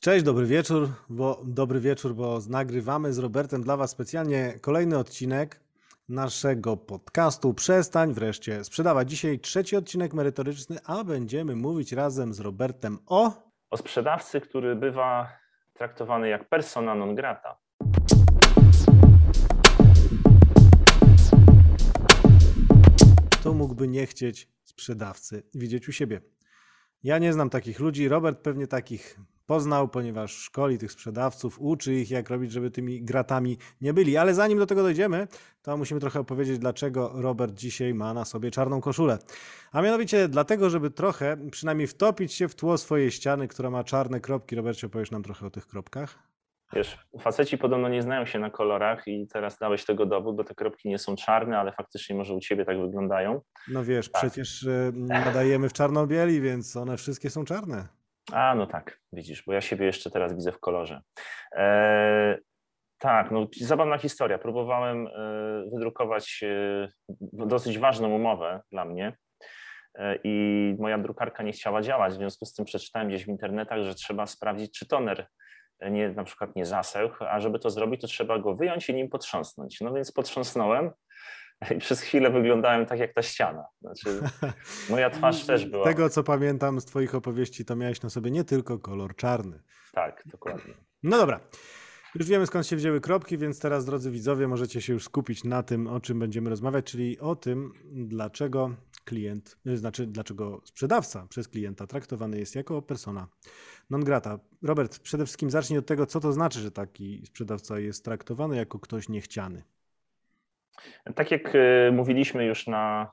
Cześć, dobry wieczór, bo nagrywamy z Robertem dla Was specjalnie kolejny odcinek naszego podcastu Przestań wreszcie sprzedawać. Dzisiaj trzeci odcinek merytoryczny, a będziemy mówić razem z Robertem o sprzedawcy, który bywa traktowany jak persona non grata. Kto mógłby nie chcieć sprzedawcy widzieć u siebie? Ja nie znam takich ludzi, Robert pewnie takich poznał, ponieważ szkoli tych sprzedawców, uczy ich, jak robić, żeby tymi gratami nie byli. Ale zanim do tego dojdziemy, to musimy trochę opowiedzieć, dlaczego Robert dzisiaj ma na sobie czarną koszulę. A mianowicie dlatego, żeby trochę, przynajmniej wtopić się w tło swojej ściany, która ma czarne kropki. Robercie, opowiesz nam trochę o tych kropkach? Wiesz, faceci podobno nie znają się na kolorach i teraz dałeś tego dowód, bo te kropki nie są czarne, ale faktycznie może u ciebie tak wyglądają. No wiesz, tak. Przecież nadajemy w czarno-bieli, więc one wszystkie są czarne. A, no tak, widzisz, bo ja siebie jeszcze teraz widzę w kolorze. Tak, no zabawna historia. Próbowałem wydrukować dosyć ważną umowę dla mnie i moja drukarka nie chciała działać. W związku z tym przeczytałem gdzieś w internetach, że trzeba sprawdzić, czy toner na przykład nie zasechł, a żeby to zrobić, to trzeba go wyjąć i nim potrząsnąć. No więc potrząsnąłem i przez chwilę wyglądałem tak jak ta ściana. Znaczy, moja twarz też była... Z tego, co pamiętam z twoich opowieści, to miałeś na sobie nie tylko kolor czarny. Tak, dokładnie. No dobra. Już wiemy, skąd się wzięły kropki, więc teraz, drodzy widzowie, możecie się już skupić na tym, o czym będziemy rozmawiać, czyli o tym, dlaczego dlaczego sprzedawca przez klienta traktowany jest jako persona non grata. Robert, przede wszystkim zacznij od tego, co to znaczy, że taki sprzedawca jest traktowany jako ktoś niechciany. Tak jak mówiliśmy już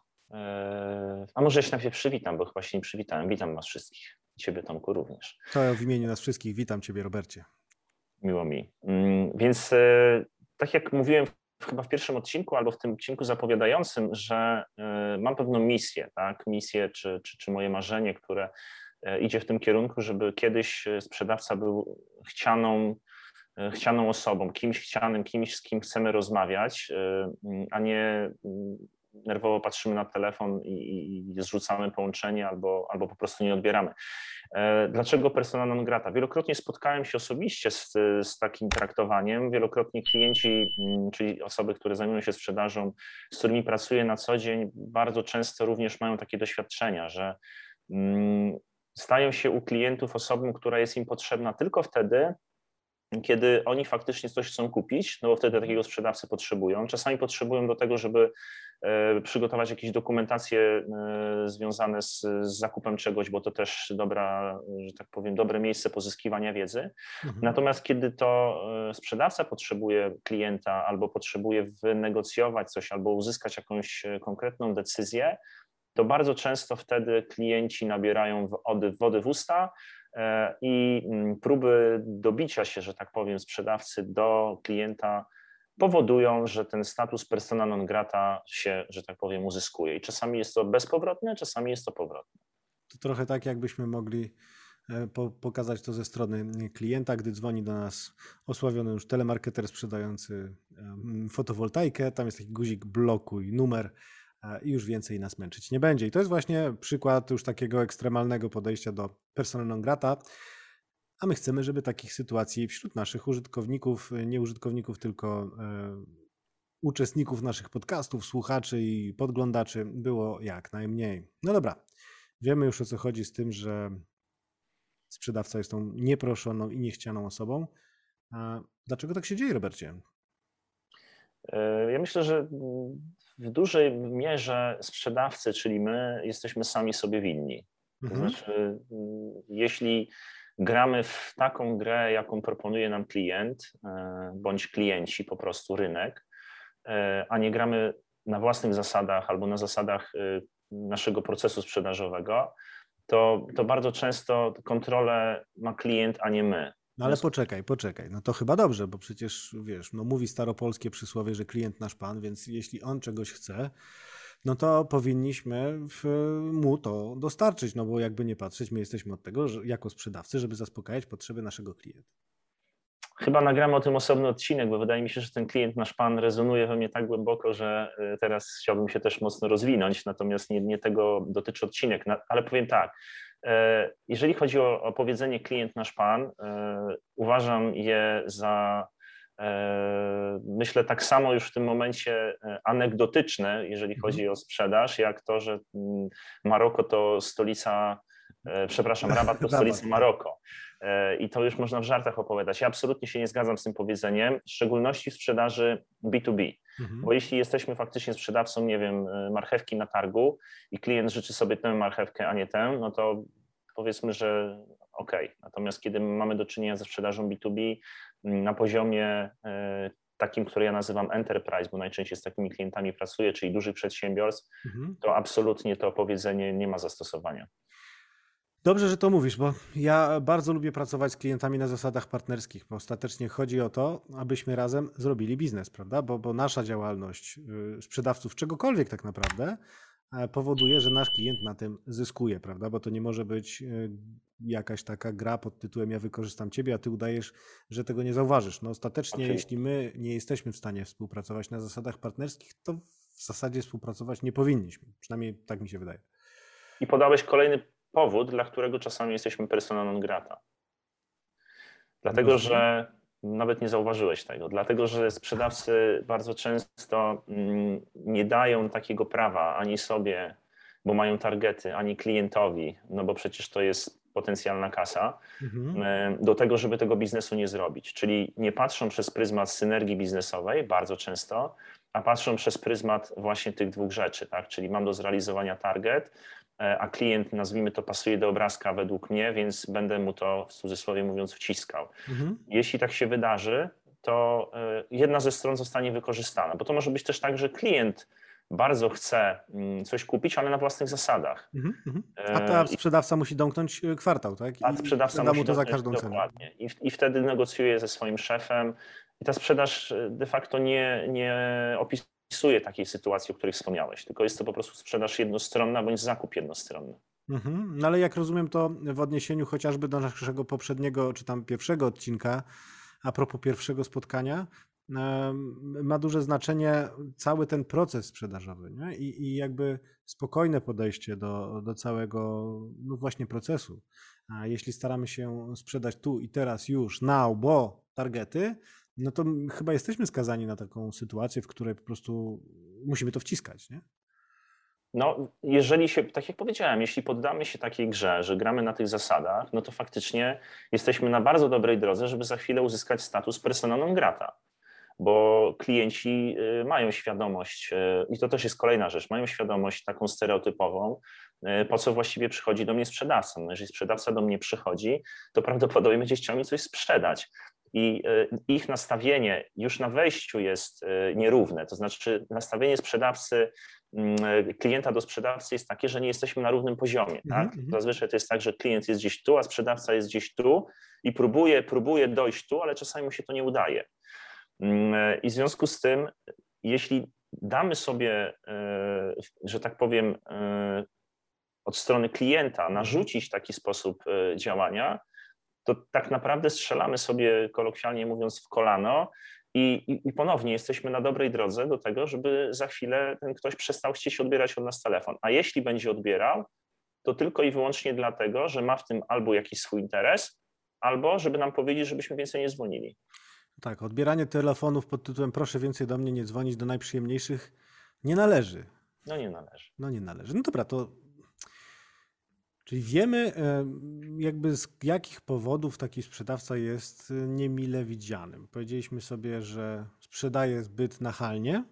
a może ja się najpierw przywitam, bo chyba się nie przywitałem. Witam was wszystkich. Ciebie, Tomku, również. To w imieniu nas wszystkich witam ciebie, Robercie. Miło mi. Więc tak jak mówiłem chyba w pierwszym odcinku albo w tym odcinku zapowiadającym, że mam pewną misję, tak? Misję czy moje marzenie, które idzie w tym kierunku, żeby kiedyś sprzedawca był chcianą osobą, kimś chcianym, kimś, z kim chcemy rozmawiać, a nie nerwowo patrzymy na telefon i zrzucamy połączenie albo po prostu nie odbieramy. Dlaczego persona non grata? Wielokrotnie spotkałem się osobiście z takim traktowaniem. Wielokrotnie klienci, czyli osoby, które zajmują się sprzedażą, z którymi pracuję na co dzień, bardzo często również mają takie doświadczenia, że stają się u klientów osobą, która jest im potrzebna tylko wtedy, kiedy oni faktycznie coś chcą kupić, no bo wtedy takiego sprzedawcy potrzebują. Czasami potrzebują do tego, żeby przygotować jakieś dokumentacje związane z zakupem czegoś, bo to też dobre miejsce pozyskiwania wiedzy. Natomiast kiedy to sprzedawca potrzebuje klienta albo potrzebuje wynegocjować coś albo uzyskać jakąś konkretną decyzję, to bardzo często wtedy klienci nabierają wody w usta i próby dobicia się, że tak powiem, sprzedawcy do klienta powodują, że ten status persona non grata się, że tak powiem, uzyskuje. I czasami jest to bezpowrotne, czasami jest to powrotne. To trochę tak, jakbyśmy mogli pokazać to ze strony klienta, gdy dzwoni do nas osławiony już telemarketer sprzedający fotowoltaikę, tam jest taki guzik blokuj numer i już więcej nas męczyć nie będzie. I to jest właśnie przykład już takiego ekstremalnego podejścia do persony non grata, a my chcemy, żeby takich sytuacji wśród naszych użytkowników, nie użytkowników, tylko uczestników naszych podcastów, słuchaczy i podglądaczy było jak najmniej. No dobra, wiemy już, o co chodzi z tym, że sprzedawca jest tą nieproszoną i niechcianą osobą. A dlaczego tak się dzieje, Robercie? Ja myślę, że w dużej mierze sprzedawcy, czyli my, jesteśmy sami sobie winni. To znaczy, jeśli gramy w taką grę, jaką proponuje nam klient, bądź klienci, po prostu rynek, a nie gramy na własnych zasadach albo na zasadach naszego procesu sprzedażowego, to bardzo często kontrolę ma klient, a nie my. No ale poczekaj, no to chyba dobrze, bo przecież wiesz, no mówi staropolskie przysłowie, że klient nasz pan, więc jeśli on czegoś chce, no to powinniśmy mu to dostarczyć, no bo jakby nie patrzeć, my jesteśmy od tego, że jako sprzedawcy, żeby zaspokajać potrzeby naszego klienta. Chyba nagramy o tym osobny odcinek, bo wydaje mi się, że ten klient nasz pan rezonuje we mnie tak głęboko, że teraz chciałbym się też mocno rozwinąć, natomiast nie tego dotyczy odcinek, ale powiem tak, Jeżeli chodzi o powiedzenie klient nasz pan, uważam je za, myślę, tak samo już w tym momencie anegdotyczne, jeżeli chodzi o sprzedaż, jak to, że Maroko to stolica, przepraszam, Rabat to stolica Maroko. I to już można w żartach opowiadać. Ja absolutnie się nie zgadzam z tym powiedzeniem, w szczególności w sprzedaży B2B. Bo jeśli jesteśmy faktycznie sprzedawcą, nie wiem, marchewki na targu i klient życzy sobie tę marchewkę, a nie tę, no to powiedzmy, że okej. Natomiast kiedy mamy do czynienia ze sprzedażą B2B na poziomie takim, który ja nazywam enterprise, bo najczęściej z takimi klientami pracuję, czyli dużych przedsiębiorstw, to absolutnie to powiedzenie nie ma zastosowania. Dobrze, że to mówisz, bo ja bardzo lubię pracować z klientami na zasadach partnerskich, bo ostatecznie chodzi o to, abyśmy razem zrobili biznes, prawda? Bo nasza działalność sprzedawców czegokolwiek tak naprawdę powoduje, że nasz klient na tym zyskuje, prawda? Bo to nie może być jakaś taka gra pod tytułem ja wykorzystam ciebie, a ty udajesz, że tego nie zauważysz. No ostatecznie, jeśli my nie jesteśmy w stanie współpracować na zasadach partnerskich, to w zasadzie współpracować nie powinniśmy. Przynajmniej tak mi się wydaje. I podałeś kolejny powód, dla którego czasami jesteśmy persona non grata. Dlatego, że nawet nie zauważyłeś tego, dlatego, że sprzedawcy bardzo często nie dają takiego prawa ani sobie, bo mają targety, ani klientowi, no bo przecież to jest potencjalna kasa, do tego, żeby tego biznesu nie zrobić. Czyli nie patrzą przez pryzmat synergii biznesowej bardzo często, a patrzą przez pryzmat właśnie tych dwóch rzeczy, tak? Czyli mam do zrealizowania target, a klient, nazwijmy to, pasuje do obrazka według mnie, więc będę mu to, w cudzysłowie mówiąc, wciskał. Jeśli tak się wydarzy, to jedna ze stron zostanie wykorzystana, bo to może być też tak, że klient bardzo chce coś kupić, ale na własnych zasadach. A sprzedawca musi domknąć kwartał, tak? A sprzedawca musi mu to za domknąć, każdą cenę. dokładnie. I wtedy negocjuje ze swoim szefem i ta sprzedaż de facto nie opisuje takiej sytuacji, o której wspomniałeś, tylko jest to po prostu sprzedaż jednostronna bądź zakup jednostronny. No ale jak rozumiem to w odniesieniu chociażby do naszego poprzedniego, czy tam pierwszego odcinka, a propos pierwszego spotkania, ma duże znaczenie cały ten proces sprzedażowy, nie? I jakby spokojne podejście do całego no właśnie procesu. A jeśli staramy się sprzedać tu i teraz już, now, bo targety, no to chyba jesteśmy skazani na taką sytuację, w której po prostu musimy to wciskać, nie? No, jeżeli się, tak jak powiedziałem, jeśli poddamy się takiej grze, że gramy na tych zasadach, no to faktycznie jesteśmy na bardzo dobrej drodze, żeby za chwilę uzyskać status persona non grata. Bo klienci mają świadomość, i to też jest kolejna rzecz, mają świadomość taką stereotypową, po co właściwie przychodzi do mnie sprzedawca. No jeżeli sprzedawca do mnie przychodzi, to prawdopodobnie będzie chciał mi coś sprzedać. I ich nastawienie już na wejściu jest nierówne, to znaczy nastawienie sprzedawcy, klienta do sprzedawcy jest takie, że nie jesteśmy na równym poziomie. Tak? Zazwyczaj to jest tak, że klient jest gdzieś tu, a sprzedawca jest gdzieś tu i próbuje dojść tu, ale czasami mu się to nie udaje. I w związku z tym, jeśli damy sobie, że tak powiem, od strony klienta narzucić taki sposób działania, to tak naprawdę strzelamy sobie, kolokwialnie mówiąc, w kolano i ponownie jesteśmy na dobrej drodze do tego, żeby za chwilę ten ktoś przestał chcieć odbierać od nas telefon. A jeśli będzie odbierał, to tylko i wyłącznie dlatego, że ma w tym albo jakiś swój interes, albo żeby nam powiedzieć, żebyśmy więcej nie dzwonili. Tak, odbieranie telefonów pod tytułem proszę więcej do mnie nie dzwonić, do najprzyjemniejszych nie należy. No nie należy. No nie należy. No dobra, to czyli wiemy jakby z jakich powodów taki sprzedawca jest niemile widzianym. Powiedzieliśmy sobie, że sprzedaje zbyt nachalnie,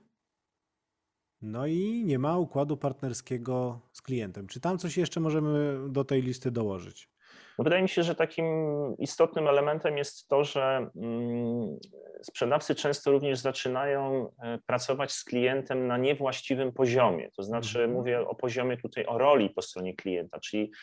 no i nie ma układu partnerskiego z klientem. Czy tam coś jeszcze możemy do tej listy dołożyć? No wydaje mi się, że takim istotnym elementem jest to, że sprzedawcy często również zaczynają pracować z klientem na niewłaściwym poziomie. To znaczy mówię o poziomie tutaj, o roli po stronie klienta, czyli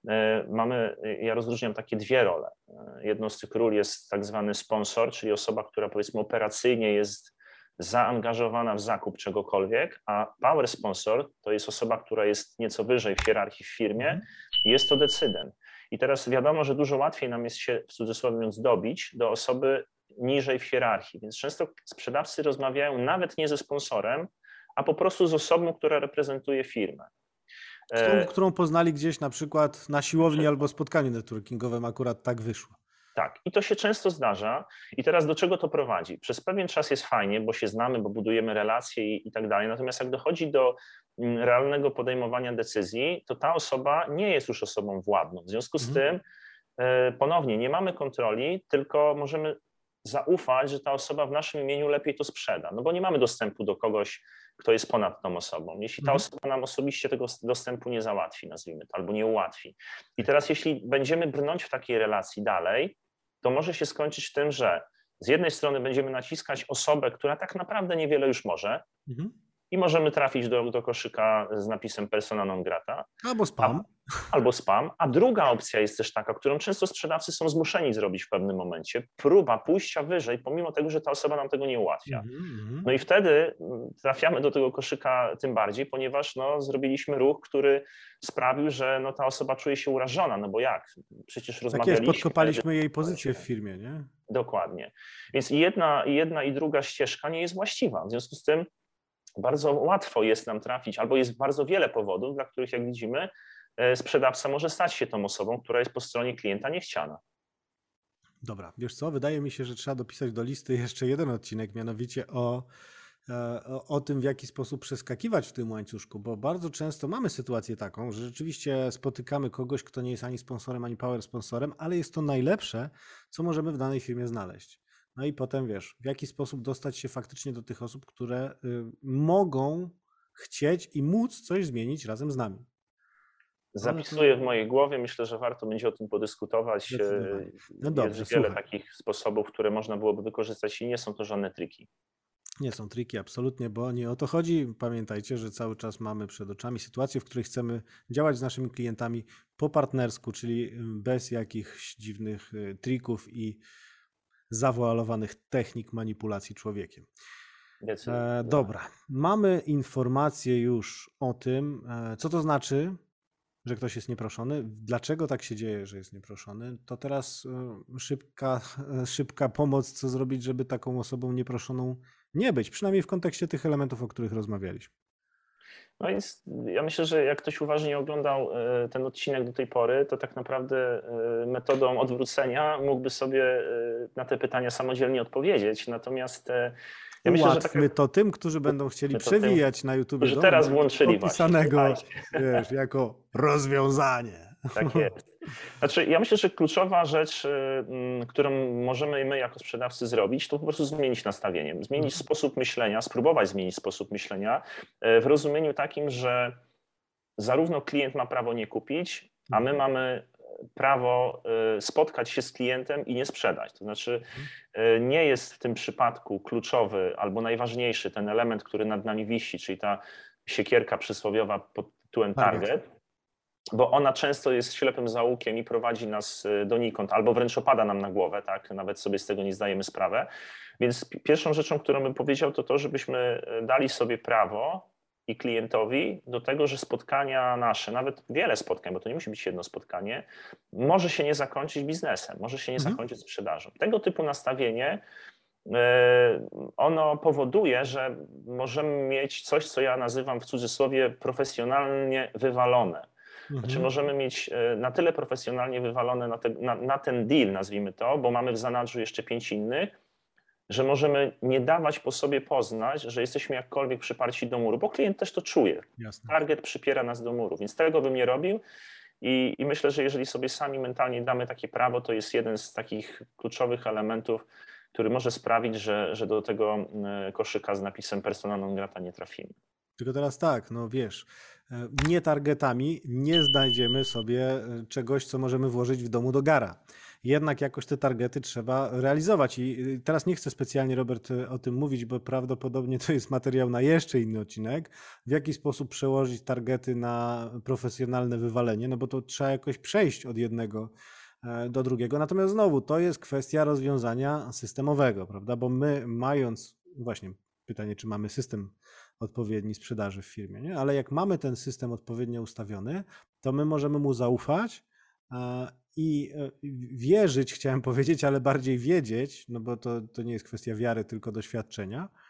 ja rozróżniam takie dwie role. Jedną z tych ról jest tak zwany sponsor, czyli osoba, która powiedzmy operacyjnie jest zaangażowana w zakup czegokolwiek, a power sponsor to jest osoba, która jest nieco wyżej w hierarchii w firmie i jest to decydent. I teraz wiadomo, że dużo łatwiej nam jest się, w cudzysłowie mówiąc, dobić do osoby niżej w hierarchii, więc często sprzedawcy rozmawiają nawet nie ze sponsorem, a po prostu z osobą, która reprezentuje firmę. Z tą, którą poznali gdzieś na przykład na siłowni albo spotkaniu networkingowym, akurat tak wyszło. Tak, i to się często zdarza. I teraz do czego to prowadzi? Przez pewien czas jest fajnie, bo się znamy, bo budujemy relacje i tak dalej. Natomiast jak dochodzi do realnego podejmowania decyzji, to ta osoba nie jest już osobą władną. W związku z tym ponownie nie mamy kontroli, tylko możemy zaufać, że ta osoba w naszym imieniu lepiej to sprzeda, no bo nie mamy dostępu do kogoś, kto jest ponad tą osobą. Jeśli ta osoba nam osobiście tego dostępu nie załatwi, nazwijmy to, albo nie ułatwi. I teraz jeśli będziemy brnąć w takiej relacji dalej, to może się skończyć tym, że z jednej strony będziemy naciskać osobę, która tak naprawdę niewiele już może i możemy trafić do koszyka z napisem persona non grata. Albo spam. Albo spam, a druga opcja jest też taka, którą często sprzedawcy są zmuszeni zrobić w pewnym momencie, próba pójścia wyżej, pomimo tego, że ta osoba nam tego nie ułatwia. No i wtedy trafiamy do tego koszyka tym bardziej, ponieważ zrobiliśmy ruch, który sprawił, że ta osoba czuje się urażona, no bo jak? Przecież rozmawialiśmy. Tak jest, podkopaliśmy jej pozycję w firmie, nie? Dokładnie. Więc i jedna i druga ścieżka nie jest właściwa. W związku z tym bardzo łatwo jest nam trafić, albo jest bardzo wiele powodów, dla których, jak widzimy, sprzedawca może stać się tą osobą, która jest po stronie klienta niechciana. Dobra, wiesz co, wydaje mi się, że trzeba dopisać do listy jeszcze jeden odcinek, mianowicie o tym, w jaki sposób przeskakiwać w tym łańcuszku, bo bardzo często mamy sytuację taką, że rzeczywiście spotykamy kogoś, kto nie jest ani sponsorem, ani power sponsorem, ale jest to najlepsze, co możemy w danej firmie znaleźć. No i potem wiesz, w jaki sposób dostać się faktycznie do tych osób, które mogą chcieć i móc coś zmienić razem z nami. Zapisuję w mojej głowie, myślę, że warto będzie o tym podyskutować. No dobrze, jest wiele takich sposobów, które można byłoby wykorzystać i nie są to żadne triki. Nie są triki, absolutnie, bo nie o to chodzi. Pamiętajcie, że cały czas mamy przed oczami sytuację, w której chcemy działać z naszymi klientami po partnersku, czyli bez jakichś dziwnych trików i zawoalowanych technik manipulacji człowiekiem. Dobra, mamy informację już o tym, co to znaczy, że ktoś jest nieproszony. Dlaczego tak się dzieje, że jest nieproszony? To teraz szybka pomoc, co zrobić, żeby taką osobą nieproszoną nie być, przynajmniej w kontekście tych elementów, o których rozmawialiśmy. No więc ja myślę, że jak ktoś uważnie oglądał ten odcinek do tej pory, to tak naprawdę metodą odwrócenia mógłby sobie na te pytania samodzielnie odpowiedzieć. Natomiast ja myślę, Ułatwmy to tym, którzy będą chcieli przewijać na YouTube, którzy teraz włączyli opisanego wiesz, jako rozwiązanie. Tak jest. Znaczy, ja myślę, że kluczowa rzecz, którą możemy my jako sprzedawcy zrobić, to po prostu zmienić nastawienie, zmienić sposób myślenia, spróbować zmienić sposób myślenia w rozumieniu takim, że zarówno klient ma prawo nie kupić, a my mamy prawo spotkać się z klientem i nie sprzedać. To znaczy nie jest w tym przypadku kluczowy albo najważniejszy ten element, który nad nami wisi, czyli ta siekierka przysłowiowa pod tytułem target, bo ona często jest ślepym zaułkiem i prowadzi nas donikąd, albo wręcz opada nam na głowę, tak? Nawet sobie z tego nie zdajemy sprawy. Więc pierwszą rzeczą, którą bym powiedział, to żebyśmy dali sobie prawo i klientowi do tego, że spotkania nasze, nawet wiele spotkań, bo to nie musi być jedno spotkanie, może się nie zakończyć biznesem, może się nie zakończyć sprzedażą. Tego typu nastawienie ono powoduje, że możemy mieć coś, co ja nazywam w cudzysłowie profesjonalnie wywalone. Znaczy możemy mieć na tyle profesjonalnie wywalone na ten deal, nazwijmy to, bo mamy w zanadrzu jeszcze 5 innych, że możemy nie dawać po sobie poznać, że jesteśmy jakkolwiek przyparci do muru, bo klient też to czuje. Jasne. Target przypiera nas do muru, więc tego bym nie robił i myślę, że jeżeli sobie sami mentalnie damy takie prawo, to jest jeden z takich kluczowych elementów, który może sprawić, że do tego koszyka z napisem persona non grata nie trafimy. Tylko teraz tak, no wiesz, nie targetami nie znajdziemy sobie czegoś, co możemy włożyć w domu do gara. Jednak jakoś te targety trzeba realizować i teraz nie chcę specjalnie, Robert, o tym mówić, bo prawdopodobnie to jest materiał na jeszcze inny odcinek, w jaki sposób przełożyć targety na profesjonalne wywalenie, no bo to trzeba jakoś przejść od jednego do drugiego. Natomiast znowu to jest kwestia rozwiązania systemowego, prawda? Bo my mając, właśnie pytanie, czy mamy system odpowiedni sprzedaży w firmie, nie? Ale jak mamy ten system odpowiednio ustawiony, to my możemy mu zaufać i wierzyć, chciałem powiedzieć, ale bardziej wiedzieć, no bo to nie jest kwestia wiary, tylko doświadczenia,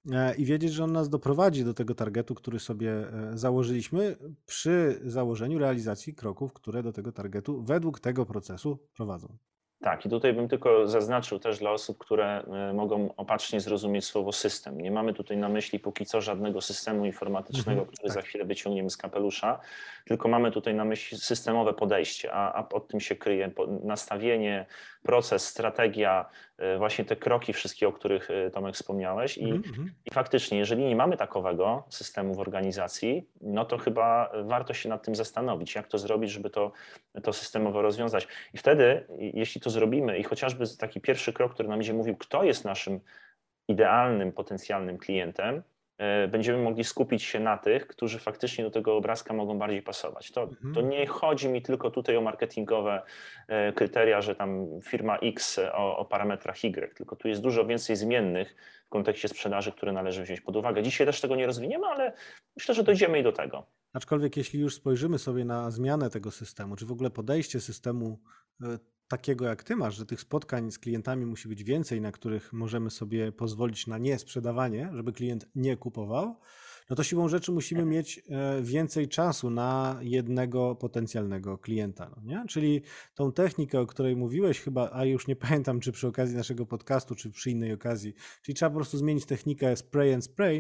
i wiedzieć, że on nas doprowadzi do tego targetu, który sobie założyliśmy przy założeniu realizacji kroków, które do tego targetu według tego procesu prowadzą. Tak, i tutaj bym tylko zaznaczył też dla osób, które mogą opacznie zrozumieć słowo system. Nie mamy tutaj na myśli póki co żadnego systemu informatycznego, który za chwilę wyciągniemy z kapelusza, tylko mamy tutaj na myśli systemowe podejście, a pod tym się kryje nastawienie, proces, strategia, właśnie te kroki wszystkie, o których Tomek wspomniałeś. I faktycznie, jeżeli nie mamy takowego systemu w organizacji, no to chyba warto się nad tym zastanowić, jak to zrobić, żeby to systemowo rozwiązać. I wtedy, jeśli to zrobimy i chociażby taki pierwszy krok, który nam będzie mówił, kto jest naszym idealnym, potencjalnym klientem, będziemy mogli skupić się na tych, którzy faktycznie do tego obrazka mogą bardziej pasować. To nie chodzi mi tylko tutaj o marketingowe kryteria, że tam firma X o parametrach Y, tylko tu jest dużo więcej zmiennych w kontekście sprzedaży, które należy wziąć pod uwagę. Dzisiaj też tego nie rozwiniemy, ale myślę, że dojdziemy i do tego. Aczkolwiek jeśli już spojrzymy sobie na zmianę tego systemu, czy w ogóle podejście systemu takiego jak ty masz, że tych spotkań z klientami musi być więcej, na których możemy sobie pozwolić na niesprzedawanie, żeby klient nie kupował, no to siłą rzeczy musimy mieć więcej czasu na jednego potencjalnego klienta. No nie? Czyli tą technikę, o której mówiłeś chyba, a już nie pamiętam, czy przy okazji naszego podcastu, czy przy innej okazji, czyli trzeba po prostu zmienić technikę spray and spray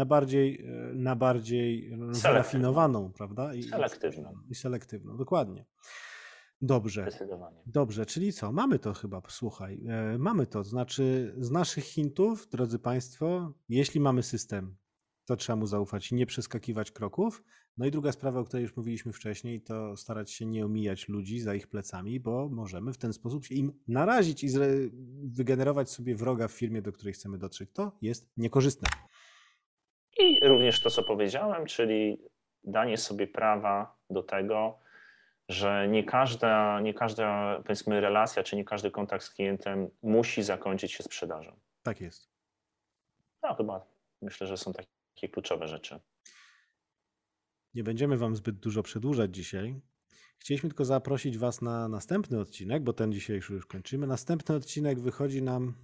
na bardziej wyrafinowaną, prawda? I selektywną, dokładnie. Dobrze. Dobrze, czyli co? Mamy to chyba, słuchaj, mamy to, znaczy z naszych hintów, drodzy Państwo, jeśli mamy system, to trzeba mu zaufać i nie przeskakiwać kroków. No i druga sprawa, o której już mówiliśmy wcześniej, to starać się nie omijać ludzi za ich plecami, bo możemy w ten sposób się im narazić i wygenerować sobie wroga w firmie, do której chcemy dotrzeć. To jest niekorzystne. I również to, co powiedziałem, czyli danie sobie prawa do tego, że nie każda powiedzmy relacja, czy nie każdy kontakt z klientem musi zakończyć się sprzedażą. Tak jest. No chyba myślę, że są takie kluczowe rzeczy. Nie będziemy Wam zbyt dużo przedłużać dzisiaj. Chcieliśmy tylko zaprosić Was na następny odcinek, bo ten dzisiejszy już kończymy. Następny odcinek wychodzi nam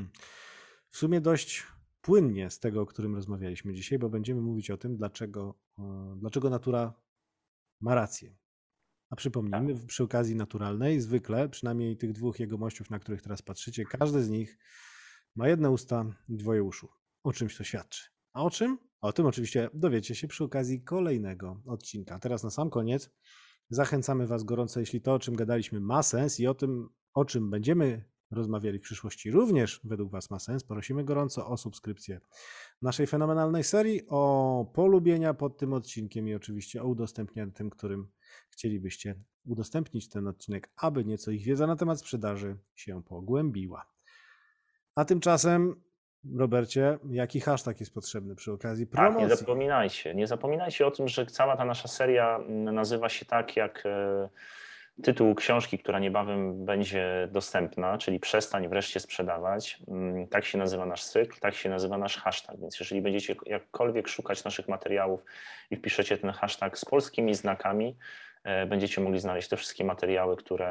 w sumie dość płynnie z tego, o którym rozmawialiśmy dzisiaj, bo będziemy mówić o tym, dlaczego natura ma rację. A przypomnijmy, przy okazji naturalnej, zwykle, przynajmniej tych dwóch jegomościów, na których teraz patrzycie, każdy z nich ma jedne usta i dwoje uszu. O czymś to świadczy. A o czym? O tym oczywiście dowiecie się przy okazji kolejnego odcinka. Teraz na sam koniec zachęcamy Was gorąco, jeśli to, o czym gadaliśmy, ma sens i o tym, o czym będziemy rozmawiali w przyszłości, również według Was ma sens, prosimy gorąco o subskrypcję naszej fenomenalnej serii, o polubienia pod tym odcinkiem i oczywiście o udostępnianie tym, którym chcielibyście udostępnić ten odcinek, aby nieco ich wiedza na temat sprzedaży się pogłębiła. A tymczasem, Robercie, jaki hashtag jest potrzebny przy okazji promocji? Tak, nie zapominajcie o tym, że cała ta nasza seria nazywa się tak jak tytuł książki, która niebawem będzie dostępna, czyli Przestań wreszcie sprzedawać. Tak się nazywa nasz cykl, tak się nazywa nasz hashtag, więc jeżeli będziecie jakkolwiek szukać naszych materiałów i wpiszecie ten hashtag z polskimi znakami, będziecie mogli znaleźć te wszystkie materiały,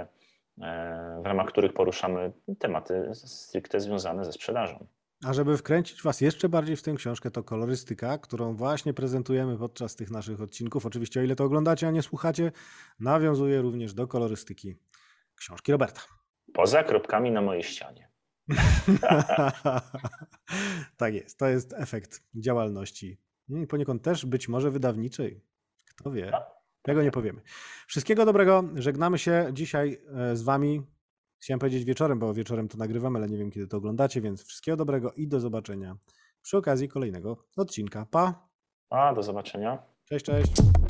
w ramach których poruszamy tematy stricte związane ze sprzedażą. A żeby wkręcić Was jeszcze bardziej w tę książkę, to kolorystyka, którą właśnie prezentujemy podczas tych naszych odcinków. Oczywiście, o ile to oglądacie, a nie słuchacie, nawiązuje również do kolorystyki książki Roberta. Poza kropkami na mojej ścianie. Tak jest, to jest efekt działalności. Poniekąd też być może wydawniczej. Kto wie? Tego nie powiemy. Wszystkiego dobrego. Żegnamy się dzisiaj z Wami. Chciałem powiedzieć wieczorem, bo wieczorem to nagrywamy, ale nie wiem, kiedy to oglądacie, więc wszystkiego dobrego i do zobaczenia przy okazji kolejnego odcinka. Pa! Do zobaczenia. Cześć, cześć.